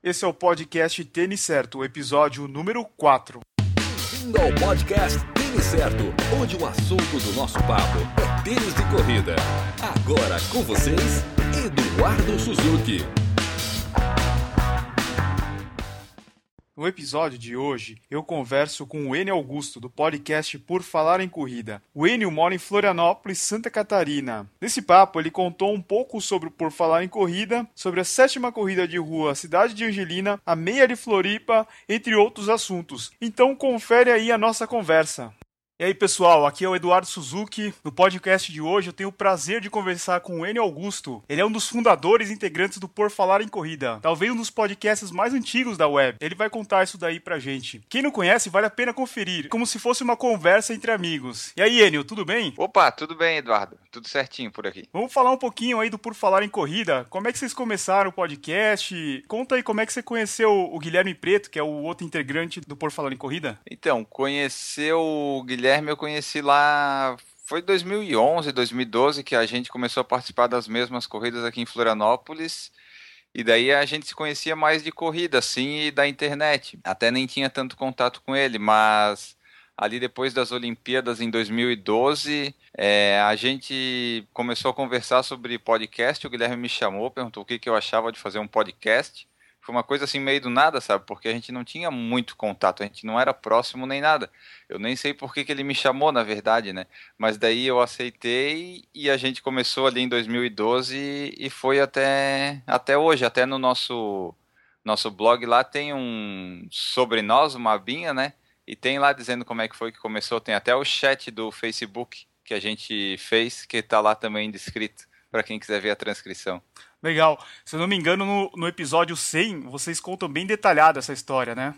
Esse é o podcast Tênis Certo, o episódio número 4. Bem-vindo ao podcast Tênis Certo, onde o assunto do nosso papo é tênis de corrida. Agora com vocês, Eduardo Suzuki. No episódio de hoje, eu converso com o Enio Augusto, do podcast Por Falar em Corrida. O Enio mora em Florianópolis, Santa Catarina. Nesse papo, ele contou um pouco sobre o Por Falar em Corrida, sobre a 7ª corrida de rua Cidade de Angelina, a meia de Floripa, entre outros assuntos. Então confere aí a nossa conversa. E aí pessoal, aqui é o Eduardo Suzuki. No podcast de hoje eu tenho o prazer de conversar com o Enio Augusto. Ele é um dos fundadores e integrantes do Por Falar em Corrida, talvez um dos podcasts mais antigos da web. Ele vai contar isso daí pra gente. Quem não conhece, vale a pena conferir, como se fosse uma conversa entre amigos. E aí Enio, tudo bem? Opa, tudo bem, Eduardo? Tudo certinho por aqui. Vamos falar um pouquinho aí do Por Falar em Corrida. Como é que vocês começaram o podcast? Conta aí como é que você conheceu o Guilherme Preto, que é o outro integrante do Por Falar em Corrida. Então, conhecer o Guilherme eu conheci lá, foi 2011, 2012 que a gente começou a participar das mesmas corridas aqui em Florianópolis, e daí a gente se conhecia mais de corrida, assim, e da internet. Até nem tinha tanto contato com ele, mas ali depois das Olimpíadas em 2012, a gente começou a conversar sobre podcast, o Guilherme me chamou, perguntou o que eu achava de fazer um podcast. Foi uma coisa assim meio do nada, sabe? Porque a gente não tinha muito contato, a gente não era próximo nem nada. Eu nem sei por que ele me chamou, na verdade, né? Mas daí eu aceitei e a gente começou ali em 2012 e foi até hoje. Até no nosso blog lá tem um sobre nós, uma abinha, né? E tem lá dizendo como é que foi que começou. Tem até o chat do Facebook que a gente fez, que tá lá também descrito, para quem quiser ver a transcrição. Legal. Se eu não me engano, no episódio 100, vocês contam bem detalhada essa história, né?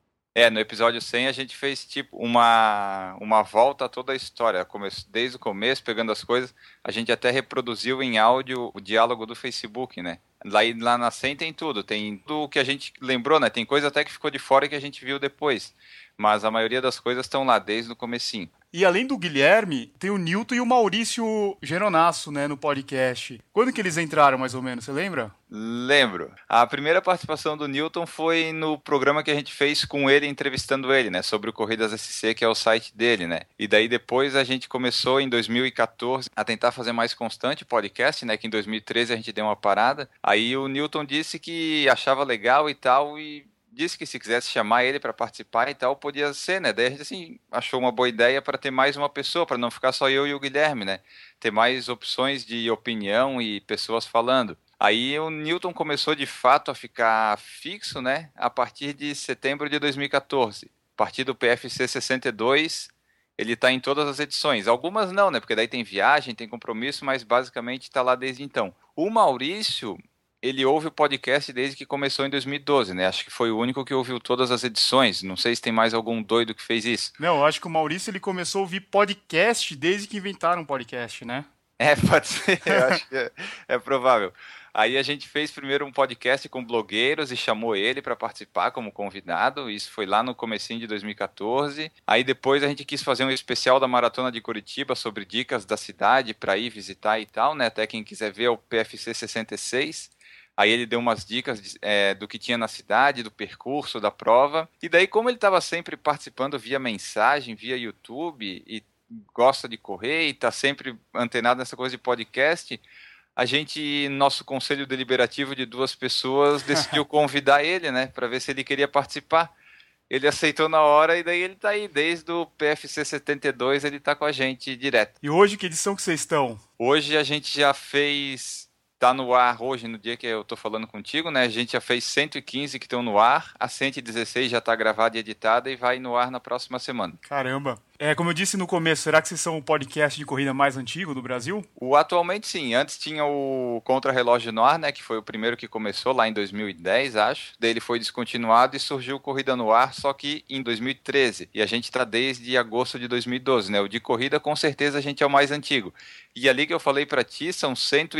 No episódio 100 a gente fez tipo uma volta a toda a história, desde o começo, pegando as coisas. A gente até reproduziu em áudio o diálogo do Facebook, né? Lá na 100 tem tudo o que a gente lembrou, né? Tem coisa até que ficou de fora que a gente viu depois. Mas a maioria das coisas estão lá desde o comecinho. E além do Guilherme, tem o Nilton e o Maurício Geronasso, né, no podcast. Quando que eles entraram, mais ou menos, você lembra? Lembro. A primeira participação do Nilton foi no programa que a gente fez com ele, entrevistando ele, né, sobre o Corridas SC, que é o site dele, né. E daí depois a gente começou em 2014 a tentar fazer mais constante o podcast, né, que em 2013 a gente deu uma parada. Aí o Nilton disse que achava legal e tal, e disse que se quisesse chamar ele para participar e tal, podia ser, né? Daí a gente, assim, achou uma boa ideia para ter mais uma pessoa, para não ficar só eu e o Guilherme, né? Ter mais opções de opinião e pessoas falando. Aí o Nilton começou, de fato, a ficar fixo, né? A partir de setembro de 2014. A partir do PFC 62, ele está em todas as edições. Algumas não, né? Porque daí tem viagem, tem compromisso, mas basicamente está lá desde então. O Maurício, ele ouve o podcast desde que começou em 2012, né? Acho que foi o único que ouviu todas as edições. Não sei se tem mais algum doido que fez isso. Não, eu acho que o Maurício ele começou a ouvir podcast desde que inventaram o podcast, né? Pode ser. Eu acho que é provável. Aí a gente fez primeiro um podcast com blogueiros e chamou ele para participar como convidado. Isso foi lá no comecinho de 2014. Aí depois a gente quis fazer um especial da Maratona de Curitiba sobre dicas da cidade para ir visitar e tal, né? Até quem quiser ver é o PFC 66. Aí ele deu umas dicas do que tinha na cidade, do percurso, da prova. E daí, como ele estava sempre participando via mensagem, via YouTube, e gosta de correr e está sempre antenado nessa coisa de podcast, a gente, nosso conselho deliberativo de 2 pessoas, decidiu convidar ele, né, para ver se ele queria participar. Ele aceitou na hora e daí ele tá aí, desde o PFC 72 ele tá com a gente direto. E hoje, que edição que vocês estão? Hoje a gente já fez... Tá no ar hoje, no dia que eu tô falando contigo, né? A gente já fez 115 que estão no ar, a 116 já tá gravada e editada e vai no ar na próxima semana. Caramba. Como eu disse no começo, será que vocês são o podcast de corrida mais antigo do Brasil? Atualmente sim, antes tinha o Contra-Relógio no Ar, né, que foi o primeiro que começou lá em 2010, acho. Daí ele foi descontinuado e surgiu o Corrida no Ar, só que em 2013. E a gente tá desde agosto de 2012, né? O de corrida com certeza a gente é o mais antigo. E ali que eu falei pra ti, são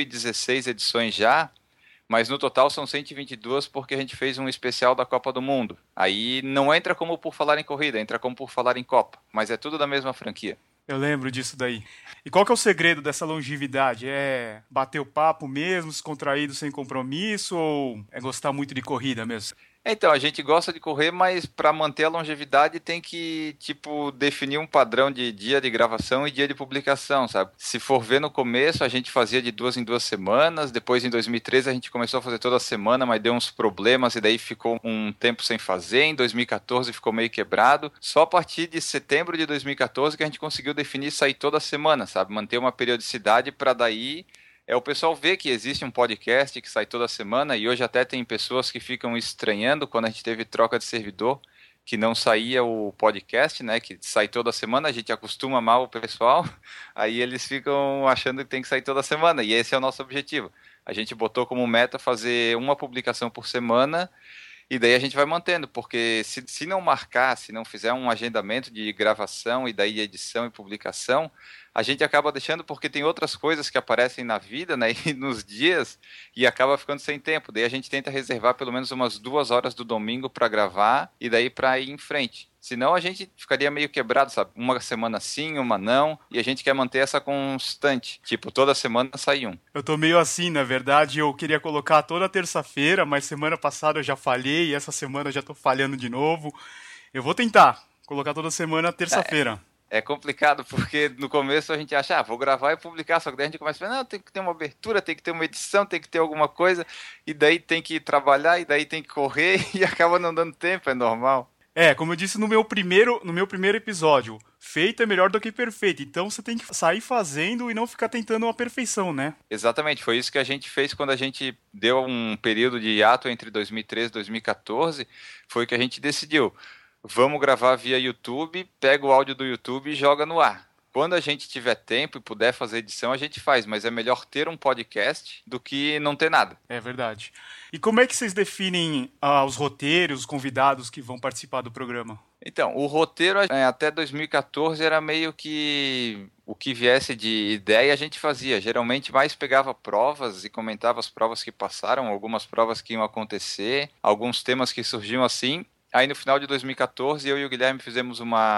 116 edições já, mas no total são 122 porque a gente fez um especial da Copa do Mundo. Aí não entra como Por Falar em Corrida, entra como Por Falar em Copa, mas é tudo da mesma franquia. Eu lembro disso daí. E qual que é o segredo dessa longevidade? É bater o papo mesmo, descontraído, sem compromisso, ou é gostar muito de corrida mesmo? Então, a gente gosta de correr, mas para manter a longevidade tem que, tipo, definir um padrão de dia de gravação e dia de publicação, sabe? Se for ver no começo, a gente fazia de 2 em 2 semanas, depois em 2013 a gente começou a fazer toda semana, mas deu uns problemas e daí ficou um tempo sem fazer, em 2014 ficou meio quebrado. Só a partir de setembro de 2014 que a gente conseguiu definir sair toda semana, sabe? Manter uma periodicidade para daí o pessoal vê que existe um podcast que sai toda semana e hoje até tem pessoas que ficam estranhando quando a gente teve troca de servidor, que não saía o podcast, né, que sai toda semana, a gente acostuma mal o pessoal, aí eles ficam achando que tem que sair toda semana e esse é o nosso objetivo. A gente botou como meta fazer uma publicação por semana e daí a gente vai mantendo, porque se não marcar, se não fizer um agendamento de gravação e daí edição e publicação, a gente acaba deixando porque tem outras coisas que aparecem na vida, né, e nos dias, e acaba ficando sem tempo. Daí a gente tenta reservar pelo menos umas 2 horas do domingo para gravar e daí para ir em frente. Senão a gente ficaria meio quebrado, sabe? Uma semana sim, uma não, e a gente quer manter essa constante. Tipo, toda semana sai um. Eu tô meio assim, na verdade, eu queria colocar toda terça-feira, mas semana passada eu já falhei e essa semana eu já tô falhando de novo. Eu vou tentar colocar toda semana terça-feira. É complicado, porque no começo a gente acha, vou gravar e publicar, só que daí a gente começa a falar, não, tem que ter uma abertura, tem que ter uma edição, tem que ter alguma coisa, e daí tem que trabalhar, e daí tem que correr, e acaba não dando tempo, é normal. Como eu disse no meu primeiro episódio, feito é melhor do que perfeito, então você tem que sair fazendo e não ficar tentando uma perfeição, né? Exatamente, foi isso que a gente fez quando a gente deu um período de hiato entre 2013 e 2014, foi que a gente decidiu, vamos gravar via YouTube, pega o áudio do YouTube e joga no ar. Quando a gente tiver tempo e puder fazer edição, a gente faz, mas é melhor ter um podcast do que não ter nada. É verdade. E como é que vocês definem os roteiros, os convidados que vão participar do programa? Então, o roteiro até 2014 era meio que o que viesse de ideia a gente fazia. Geralmente mais pegava provas e comentava as provas que passaram, algumas provas que iam acontecer, alguns temas que surgiam assim. Aí no final de 2014 eu e o Guilherme fizemos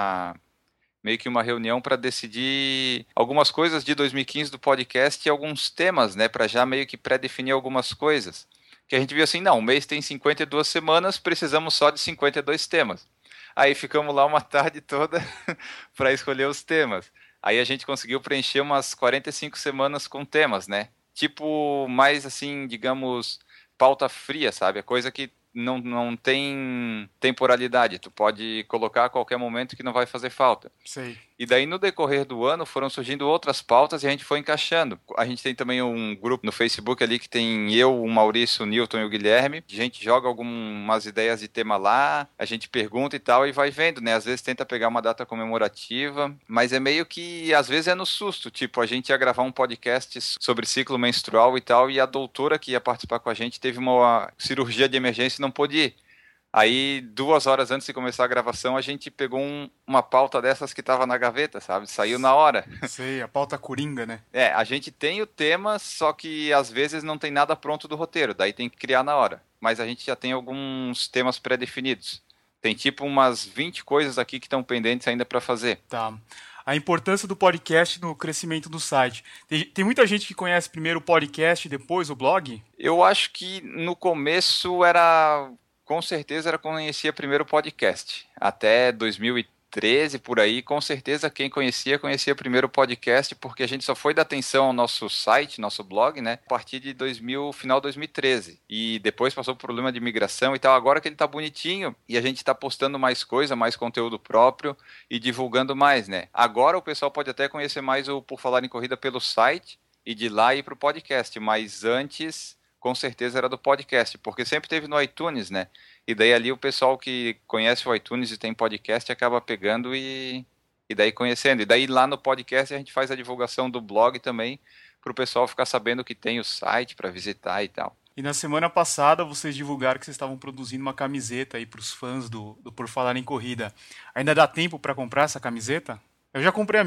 meio que uma reunião para decidir algumas coisas de 2015 do podcast e alguns temas, né, para já meio que pré-definir algumas coisas. Que a gente viu assim, não, o mês tem 52 semanas, precisamos só de 52 temas. Aí ficamos lá uma tarde toda para escolher os temas. Aí a gente conseguiu preencher umas 45 semanas com temas, né? Tipo, mais assim, digamos, pauta fria, sabe? A coisa que não tem temporalidade. Tu pode colocar a qualquer momento que não vai fazer falta. Sei. E daí, no decorrer do ano, foram surgindo outras pautas e a gente foi encaixando. A gente tem também um grupo no Facebook ali que tem eu, o Maurício, o Newton e o Guilherme. A gente joga algumas ideias de tema lá, a gente pergunta e tal e vai vendo, né? Às vezes tenta pegar uma data comemorativa, mas é meio que, às vezes é no susto. Tipo, a gente ia gravar um podcast sobre ciclo menstrual e tal, e a doutora que ia participar com a gente teve uma cirurgia de emergência e não pôde ir. Aí, 2 horas antes de começar a gravação, a gente pegou uma pauta dessas que estava na gaveta, sabe? Saiu na hora. Sei, a pauta coringa, né? A gente tem o tema, só que às vezes não tem nada pronto do roteiro, daí tem que criar na hora. Mas a gente já tem alguns temas pré-definidos. Tem tipo umas 20 coisas aqui que estão pendentes ainda para fazer. Tá. A importância do podcast no crescimento do site. Tem muita gente que conhece primeiro o podcast e depois o blog? Eu acho que no começo com certeza conhecia primeiro o podcast. Até 2013, por aí, com certeza quem conhecia primeiro o podcast, porque a gente só foi dar atenção ao nosso site, nosso blog, né, a partir de final 2013. E depois passou por problema de migração e tal. Agora que ele tá bonitinho e a gente tá postando mais coisa, mais conteúdo próprio e divulgando mais, né. Agora o pessoal pode até conhecer mais o Por Falar em Corrida pelo site e de lá ir pro podcast, mas antes com certeza era do podcast, porque sempre teve no iTunes, né? E daí ali o pessoal que conhece o iTunes e tem podcast acaba pegando e daí conhecendo. E daí lá no podcast a gente faz a divulgação do blog também, para o pessoal ficar sabendo que tem o site para visitar e tal. E na semana passada vocês divulgaram que vocês estavam produzindo uma camiseta aí para os fãs do Por Falar em Corrida. Ainda dá tempo para comprar essa camiseta? Eu já comprei a minha.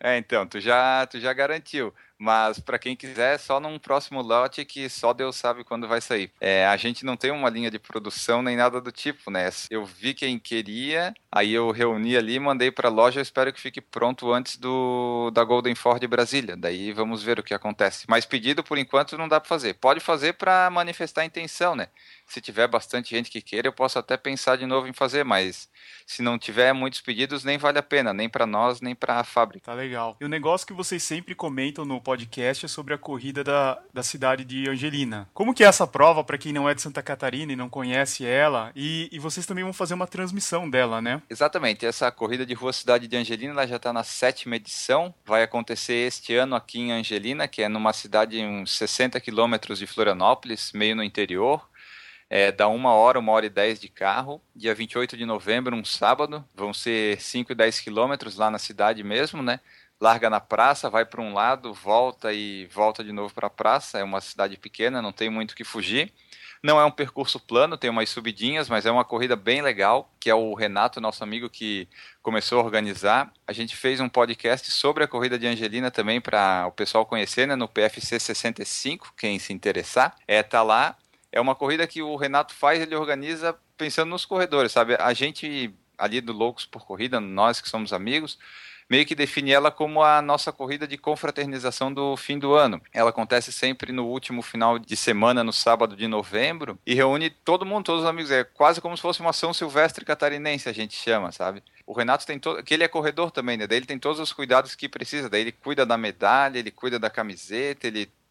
Então, tu já garantiu. Mas para quem quiser, só num próximo lote que só Deus sabe quando vai sair. A gente não tem uma linha de produção nem nada do tipo, né? Eu vi quem queria, aí eu reuni ali, mandei para a loja, eu espero que fique pronto antes da Golden Ford Brasília. Daí vamos ver o que acontece. Mas pedido, por enquanto, não dá para fazer. Pode fazer para manifestar a intenção, né? Se tiver bastante gente que queira, eu posso até pensar de novo em fazer, mas se não tiver muitos pedidos, nem vale a pena, nem para nós, nem para a fábrica. Tá legal. E o negócio que vocês sempre comentam no podcast é sobre a corrida da cidade de Angelina. Como que é essa prova para quem não é de Santa Catarina e não conhece ela? E vocês também vão fazer uma transmissão dela, né? Exatamente. Essa corrida de rua cidade de Angelina, ela já está na 7ª edição. Vai acontecer este ano aqui em Angelina, que é numa cidade uns 60 quilômetros de Florianópolis, meio no interior. Dá 1h e 10 de carro, dia 28 de novembro, um sábado, vão ser 5 e 10 quilômetros lá na cidade mesmo, né? Larga na praça, vai para um lado, volta e volta de novo para a praça, é uma cidade pequena, não tem muito o que fugir. Não é um percurso plano, tem umas subidinhas, mas é uma corrida bem legal, que é o Renato, nosso amigo, que começou a organizar. A gente fez um podcast sobre a corrida de Angelina também para o pessoal conhecer, né? No PFC 65, quem se interessar, tá lá. É uma corrida que o Renato faz, ele organiza pensando nos corredores, sabe? A gente ali do Loucos por Corrida, nós que somos amigos, meio que define ela como a nossa corrida de confraternização do fim do ano. Ela acontece sempre no último final de semana, no sábado de novembro, e reúne todo mundo, todos os amigos. É quase como se fosse uma São Silvestre catarinense, a gente chama, sabe? O Renato tem todo, que ele é corredor também, né? Daí ele tem todos os cuidados que precisa. Daí ele cuida da medalha, ele cuida da camiseta,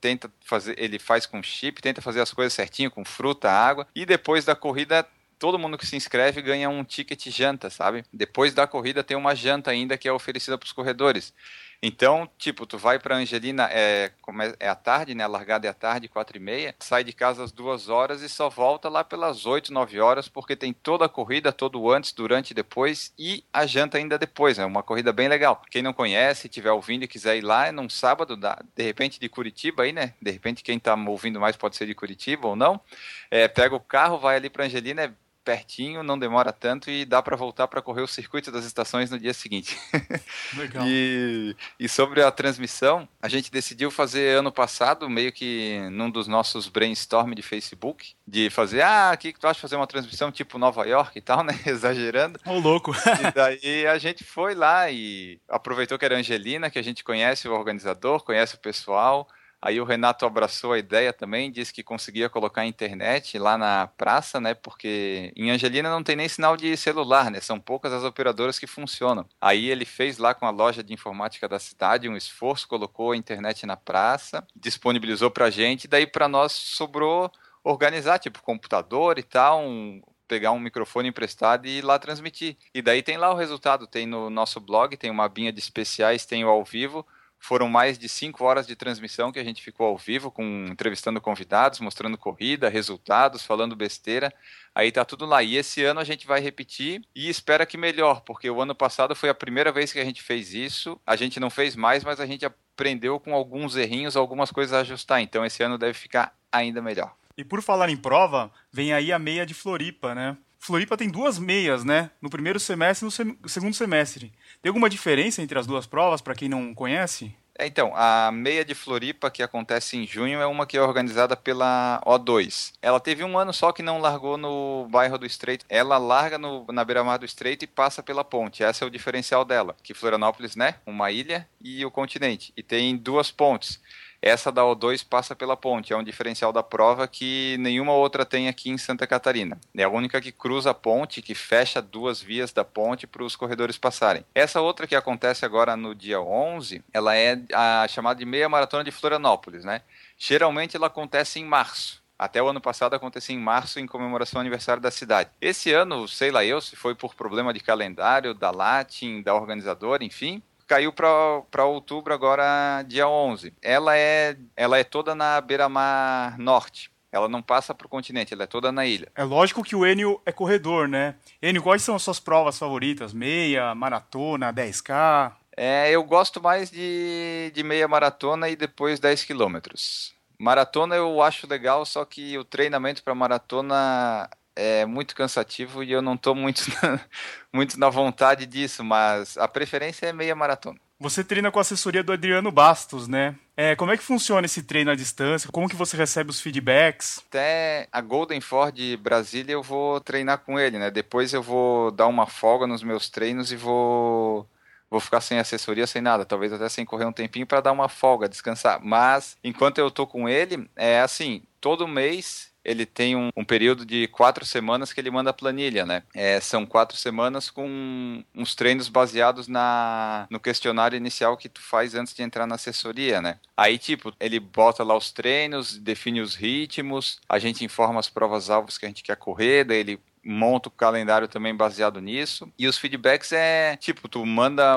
ele faz com chip, tenta fazer as coisas certinho, com fruta, água, e depois da corrida, todo mundo que se inscreve ganha um ticket janta, sabe? Depois da corrida tem uma janta ainda que é oferecida para os corredores. Então, tipo, tu vai para Angelina, é à tarde, né? A largada é à tarde, 4h30, sai de casa às 2h e só volta lá pelas 8, 9 horas, porque tem toda a corrida, todo o antes, durante e depois, e a janta ainda depois. É uma corrida bem legal. Quem não conhece, estiver ouvindo e quiser ir lá, é num sábado, de repente de Curitiba aí, né? De repente quem tá ouvindo mais pode ser de Curitiba ou não. Pega o carro, vai ali para Angelina, pertinho, não demora tanto e dá para voltar para correr o circuito das estações no dia seguinte. Legal. E sobre a transmissão, a gente decidiu fazer ano passado, meio que num dos nossos brainstorm de Facebook, de fazer, o que tu acha de fazer uma transmissão tipo Nova York e tal, né? Exagerando. Ô, louco! E daí a gente foi lá e aproveitou que era a Angelina, que a gente conhece o organizador, conhece o pessoal. Aí o Renato abraçou a ideia também, disse que conseguia colocar a internet lá na praça, né? Porque em Angelina não tem nem sinal de celular, né? São poucas as operadoras que funcionam. Aí ele fez lá com a loja de informática da cidade um esforço, colocou a internet na praça, disponibilizou pra gente, daí pra nós sobrou organizar, tipo, computador e tal, pegar um microfone emprestado e ir lá transmitir. E daí tem lá o resultado, tem no nosso blog, tem uma abinha de especiais, tem o ao vivo. Foram mais de 5 horas de transmissão que a gente ficou ao vivo, entrevistando convidados, mostrando corrida, resultados, falando besteira. Aí tá tudo lá. E esse ano a gente vai repetir e espera que melhor, porque o ano passado foi a primeira vez que a gente fez isso. A gente não fez mais, mas a gente aprendeu com alguns errinhos, algumas coisas a ajustar. Então esse ano deve ficar ainda melhor. E por falar em prova, vem aí a meia de Floripa, né? Floripa tem 2 meias, né? No primeiro semestre e no segundo semestre. Tem alguma diferença entre as duas provas, para quem não conhece? Então, a meia de Floripa, que acontece em junho, é uma que é organizada pela O2. Ela teve um ano só que não largou no bairro do Estreito. Ela larga na beira-mar do Estreito e passa pela ponte. Esse é o diferencial dela. Que Florianópolis, né? Uma ilha e o continente. E tem 2 pontes. Essa da O2 passa pela ponte, é um diferencial da prova que nenhuma outra tem aqui em Santa Catarina. É a única que cruza a ponte, que fecha 2 vias da ponte para os corredores passarem. Essa outra que acontece agora no dia 11, ela é a chamada de meia maratona de Florianópolis, né? Geralmente ela acontece em março. Até o ano passado acontecia em março, em comemoração ao aniversário da cidade. Esse ano, sei lá eu, se foi por problema de calendário, da Latin, da organizadora, enfim, caiu para outubro agora, dia 11. Ela é toda na beira-mar norte. Ela não passa para o continente, ela é toda na ilha. É lógico que o Enio é corredor, né? Enio, quais são as suas provas favoritas? Meia, maratona, 10K? Eu gosto mais de meia maratona e depois 10 quilômetros. Maratona eu acho legal, só que o treinamento para maratona é muito cansativo e eu não estou muito na vontade disso, mas a preferência é meia maratona. Você treina com a assessoria do Adriano Bastos, né? Como é que funciona esse treino à distância? Como que você recebe os feedbacks? Até a Golden Ford Brasília eu vou treinar com ele, né? Depois eu vou dar uma folga nos meus treinos e vou ficar sem assessoria, sem nada, talvez até sem correr um tempinho para dar uma folga, descansar. Mas enquanto eu tô com ele, é assim, todo mês ele tem um período de 4 semanas que ele manda a planilha, né? São 4 semanas com uns treinos baseados no questionário inicial que tu faz antes de entrar na assessoria, né? Aí, tipo, ele bota lá os treinos, define os ritmos, a gente informa as provas-alvos que a gente quer correr, daí ele monta o calendário também baseado nisso. E os feedbacks tipo, tu manda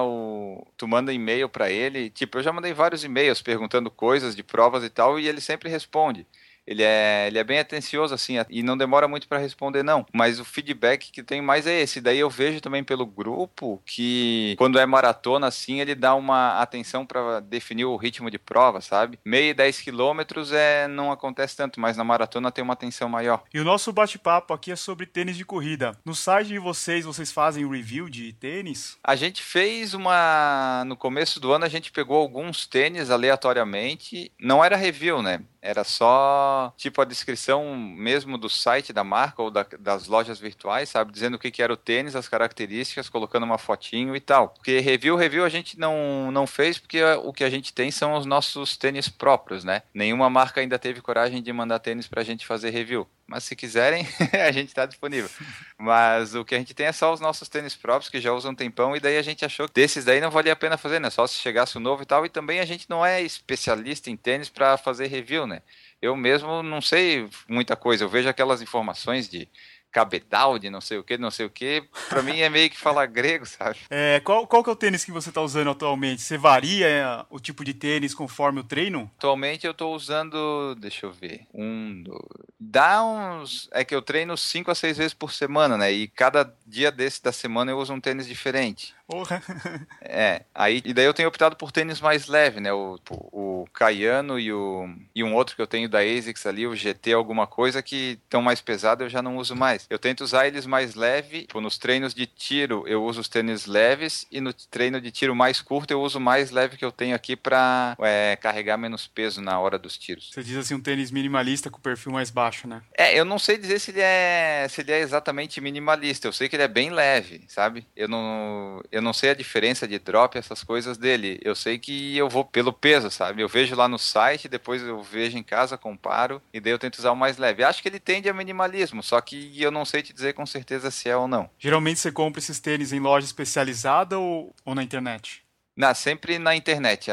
e-mail pra ele. Tipo, eu já mandei vários e-mails perguntando coisas de provas e tal, e ele sempre responde. Ele é bem atencioso, assim, e não demora muito para responder, não. Mas o feedback que tem mais é esse. Daí eu vejo também pelo grupo que, quando é maratona, assim, ele dá uma atenção para definir o ritmo de prova, sabe? Meio e 10 quilômetros não acontece tanto, mas na maratona tem uma atenção maior. E o nosso bate-papo aqui é sobre tênis de corrida. No site de vocês fazem review de tênis? A gente fez no começo do ano, a gente pegou alguns tênis aleatoriamente. Não era review, né? Era só, tipo, a descrição mesmo do site da marca ou das lojas virtuais, sabe? Dizendo o que era o tênis, as características, colocando uma fotinho e tal. Porque review a gente não fez, porque o que a gente tem são os nossos tênis próprios, né? Nenhuma marca ainda teve coragem de mandar tênis pra gente fazer review. Mas se quiserem, a gente está disponível. Mas o que a gente tem é só os nossos tênis próprios, que já usam um tempão, e daí a gente achou que desses daí não valia a pena fazer, né? Só se chegasse o novo e tal. E também a gente não é especialista em tênis para fazer review, né? Eu mesmo não sei muita coisa. Eu vejo aquelas informações de cabedal, de não sei o que. Pra mim é meio que falar grego, sabe? Qual que é o tênis que você tá usando atualmente? Você varia o tipo de tênis conforme o treino? Atualmente eu tô usando, deixa eu ver, é que eu treino 5 a 6 vezes por semana, né? E cada dia desse da semana eu uso um tênis diferente. Porra. E daí eu tenho optado por tênis mais leve, né? O Caiano e um outro que eu tenho da ASICS ali, o GT alguma coisa, que estão mais pesado, eu já não uso mais. Eu tento usar eles mais leve, tipo, nos treinos de tiro eu uso os tênis leves, e no treino de tiro mais curto eu uso o mais leve que eu tenho aqui pra carregar menos peso na hora dos tiros. Você diz assim, um tênis minimalista com perfil mais baixo, né? Eu não sei dizer se ele é exatamente minimalista, eu sei que ele é bem leve, sabe? Eu não sei a diferença de drop, essas coisas dele. Eu sei que eu vou pelo peso, sabe? Eu vejo lá no site, depois eu vejo em casa, comparo, e daí eu tento usar o mais leve. Acho que ele tende a minimalismo, só que eu não sei te dizer com certeza se é ou não. Geralmente você compra esses tênis em loja especializada ou na internet? Sempre na internet.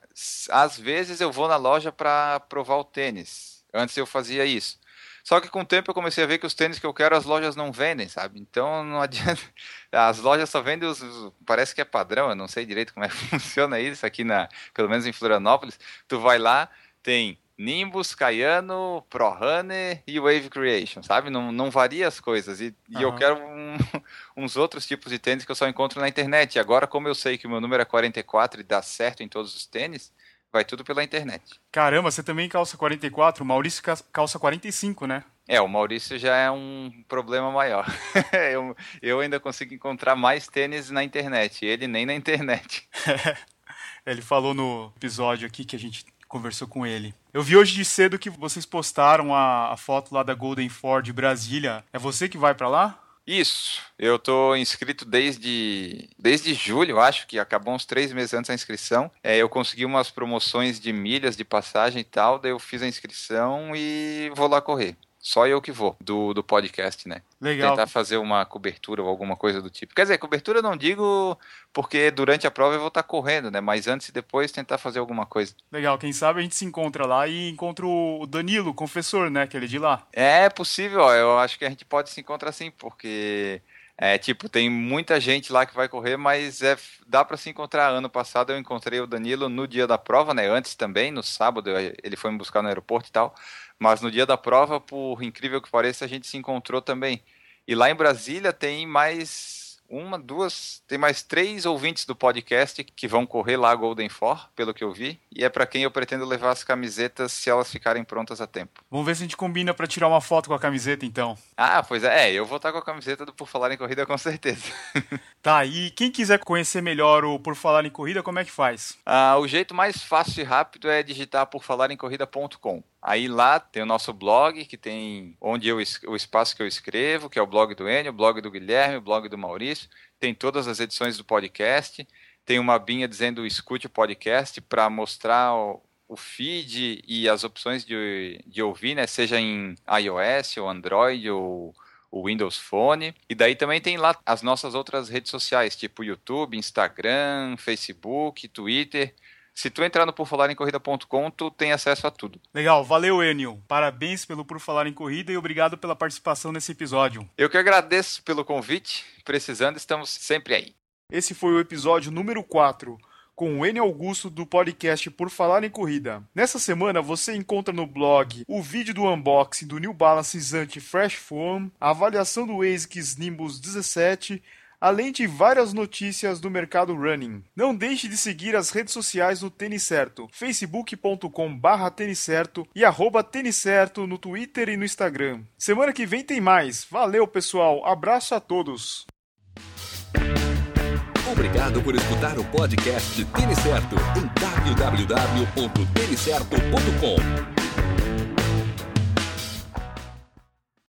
Às vezes eu vou na loja para provar o tênis. Antes eu fazia isso. Só que com o tempo eu comecei a ver que os tênis que eu quero as lojas não vendem, sabe? Então não adianta. As lojas só vendem parece que é padrão, eu não sei direito como é que funciona isso aqui, pelo menos em Florianópolis. Tu vai lá, tem Nimbus, Caiano, Pro Runner e Wave Creation, sabe? Não varia as coisas. E eu quero uns outros tipos de tênis que eu só encontro na internet. E agora, como eu sei que o meu número é 44 e dá certo em todos os tênis, vai tudo pela internet. Caramba, você também calça 44, o Maurício calça 45, né? O Maurício já é um problema maior. eu ainda consigo encontrar mais tênis na internet, ele nem na internet. Ele falou no episódio aqui que a gente conversou com ele. Eu vi hoje de cedo que vocês postaram a foto lá da Golden Ford Brasília. É você que vai pra lá? Isso, eu tô inscrito desde julho, acho que acabou uns 3 meses antes da inscrição. Eu consegui umas promoções de milhas de passagem e tal, daí eu fiz a inscrição e vou lá correr. Só eu que vou, do podcast, né? Legal. Tentar fazer uma cobertura ou alguma coisa do tipo. Quer dizer, cobertura eu não digo porque durante a prova eu vou estar correndo, né? Mas antes e depois tentar fazer alguma coisa. Legal, quem sabe a gente se encontra lá e encontra o Danilo, o confessor, né? Aquele de lá. É possível, ó. Eu acho que a gente pode se encontrar sim, porque... tem muita gente lá que vai correr, mas dá para se encontrar. Ano passado eu encontrei o Danilo no dia da prova, né? Antes também, no sábado, ele foi me buscar no aeroporto e tal. Mas no dia da prova, por incrível que pareça, a gente se encontrou também. E lá em Brasília tem mais tem mais 3 ouvintes do podcast que vão correr lá a Golden 4, pelo que eu vi, e é para quem eu pretendo levar as camisetas se elas ficarem prontas a tempo. Vamos ver se a gente combina para tirar uma foto com a camiseta, então. Ah, pois é, eu vou estar com a camiseta do Por Falar em Corrida com certeza. Tá, e quem quiser conhecer melhor o Por Falar em Corrida, como é que faz? O jeito mais fácil e rápido é digitar porfalarencorrida.com. Aí lá tem o nosso blog, que tem o espaço que eu escrevo, que é o blog do Enio, o blog do Guilherme, o blog do Maurício. Tem todas as edições do podcast. Tem uma abinha dizendo escute o podcast para mostrar o feed e as opções de ouvir, né? Seja em iOS ou Android ou o Windows Phone. E daí também tem lá as nossas outras redes sociais, tipo YouTube, Instagram, Facebook, Twitter. Se tu entrar no porfalarencorrida.com, tu tem acesso a tudo. Legal, valeu, Enio. Parabéns pelo Por Falar em Corrida e obrigado pela participação nesse episódio. Eu que agradeço pelo convite. Precisando, estamos sempre aí. Esse foi o episódio número 4, com o Enio Augusto do podcast Por Falar em Corrida. Nessa semana você encontra no blog o vídeo do unboxing do New Balance Zante Fresh Foam, a avaliação do ASICS Nimbus 17, além de várias notícias do mercado running. Não deixe de seguir as redes sociais do Tênis Certo, facebook.com/têniscerto e @têniscerto no Twitter e no Instagram. Semana que vem tem mais. Valeu, pessoal. Abraço a todos. Obrigado por escutar o podcast Tênis Certo em www.tenicerto.com.